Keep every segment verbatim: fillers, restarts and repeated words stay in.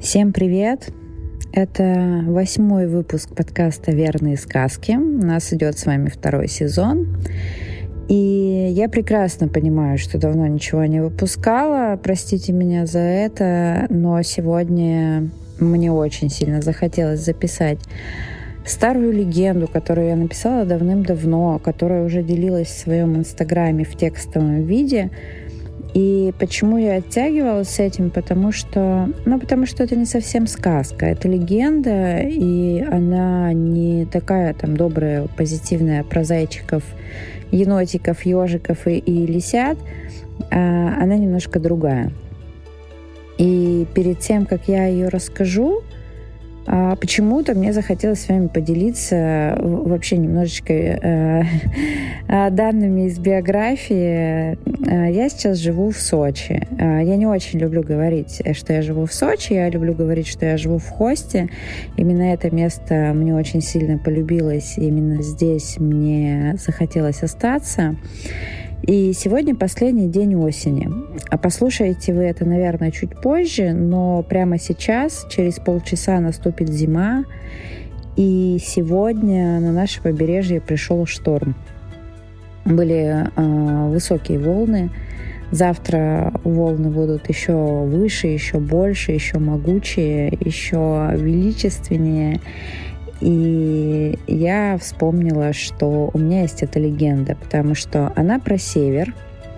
Всем привет! Это восьмой выпуск подкаста «Верные сказки». У нас идет с вами второй сезон. И я прекрасно понимаю, что давно ничего не выпускала. Простите меня за это, но сегодня мне очень сильно захотелось записать старую легенду, которую я написала давным-давно, которая уже делилась в своем инстаграме в текстовом виде. И почему я оттягивалась с этим? Потому что, ну, потому что это не совсем сказка, это легенда, и она не такая там добрая, позитивная про зайчиков, енотиков, ежиков и, и лисят, а она немножко другая. И перед тем, как я ее расскажу, почему-то мне захотелось с вами поделиться вообще немножечко э, данными из биографии. Я сейчас живу в Сочи. Я не очень люблю говорить, что я живу в Сочи. Я люблю говорить, что я живу в Хосте. Именно это место мне очень сильно полюбилось. Именно здесь мне захотелось остаться. И сегодня последний день осени. А послушаете вы это, наверное, чуть позже, но прямо сейчас, через полчаса, наступит зима. И сегодня на наше побережье пришел шторм. Были э, высокие волны. Завтра волны будут еще выше, еще больше, еще могучие, еще величественнее. И я вспомнила, что у меня есть эта легенда, потому что она про север,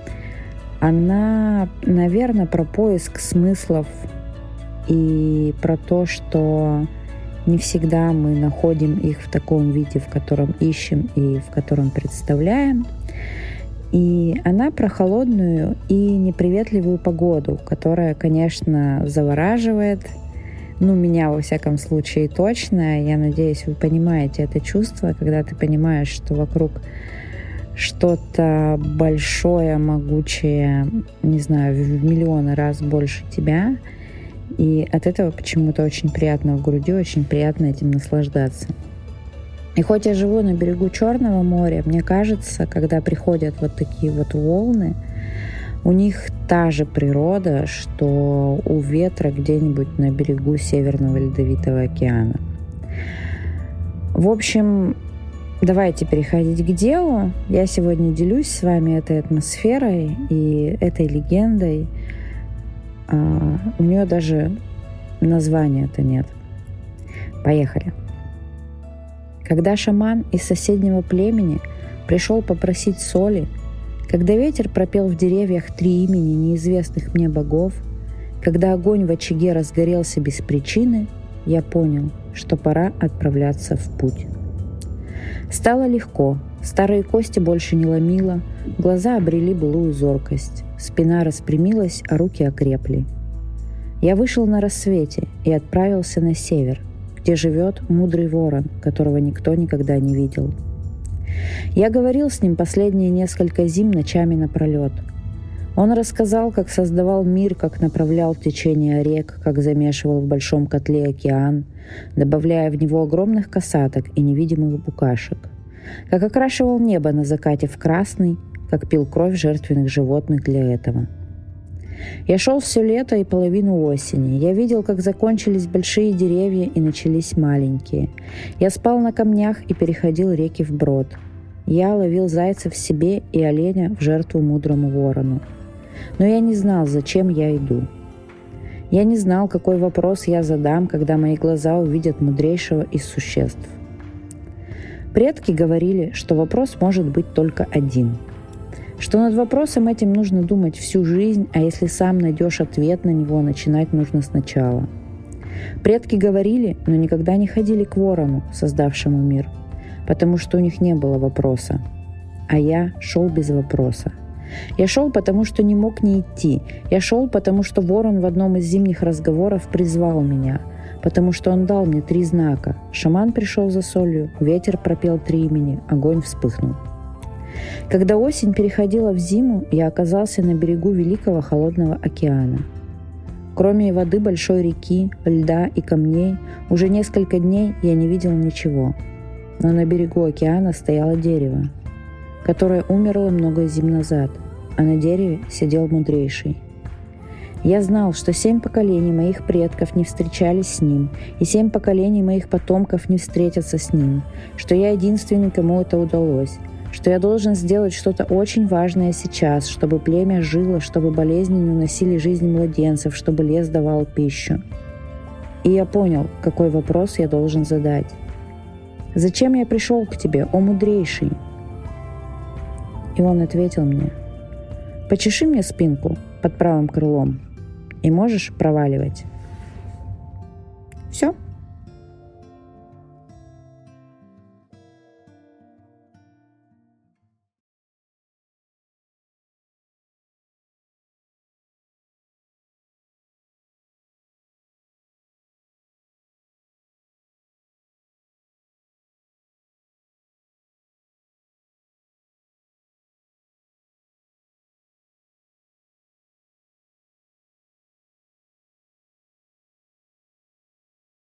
она, наверное, про поиск смыслов и про то, что не всегда мы находим их в таком виде, в котором ищем и в котором представляем. И она про холодную и неприветливую погоду, которая, конечно, завораживает. Ну, меня, во всяком случае, точно. Я надеюсь, вы понимаете это чувство, когда ты понимаешь, что вокруг что-то большое, могучее, не знаю, в миллионы раз больше тебя. И от этого почему-то очень приятно в груди, очень приятно этим наслаждаться. И хоть я живу на берегу Черного моря, мне кажется, когда приходят вот такие вот волны, у них та же природа, что у ветра где-нибудь на берегу Северного Ледовитого океана. В общем, давайте переходить к делу. Я сегодня делюсь с вами этой атмосферой и этой легендой. А, у нее даже названия-то нет. Поехали. Когда шаман из соседнего племени пришел попросить соли, когда ветер пропел в деревьях три имени неизвестных мне богов, когда огонь в очаге разгорелся без причины, я понял, что пора отправляться в путь. Стало легко, старые кости больше не ломило, глаза обрели былую зоркость, спина распрямилась, а руки окрепли. Я вышел на рассвете и отправился на север, где живет мудрый ворон, которого никто никогда не видел. Я говорил с ним последние несколько зим ночами напролет. Он рассказал, как создавал мир, как направлял течение рек, как замешивал в большом котле океан, добавляя в него огромных касаток и невидимых букашек, как окрашивал небо на закате в красный, как пил кровь жертвенных животных для этого. Я шел все лето и половину осени. Я видел, как закончились большие деревья и начались маленькие. Я спал на камнях и переходил реки вброд. Я ловил зайцев себе и оленя в жертву мудрому ворону. Но я не знал, зачем я иду. Я не знал, какой вопрос я задам, когда мои глаза увидят мудрейшего из существ. Предки говорили, что вопрос может быть только один. Что над вопросом этим нужно думать всю жизнь, а если сам найдешь ответ на него, начинать нужно сначала. Предки говорили, но никогда не ходили к ворону, создавшему мир, потому что у них не было вопроса. А я шел без вопроса. Я шел, потому что не мог не идти. Я шел, потому что ворон в одном из зимних разговоров призвал меня, потому что он дал мне три знака. Шаман пришел за солью, ветер пропел три имени, огонь вспыхнул. Когда осень переходила в зиму, я оказался на берегу великого холодного океана. Кроме воды большой реки, льда и камней, уже несколько дней я не видел ничего. Но на берегу океана стояло дерево, которое умерло много зим назад, а на дереве сидел мудрейший. Я знал, что семь поколений моих предков не встречались с ним, и семь поколений моих потомков не встретятся с ним, что я единственный, кому это удалось, что я должен сделать что-то очень важное сейчас, чтобы племя жило, чтобы болезни не уносили жизнь младенцев, чтобы лес давал пищу. И я понял, какой вопрос я должен задать. «Зачем я пришел к тебе, о мудрейший?» И он ответил мне: «Почеши мне спинку под правым крылом, и можешь проваливать». Все.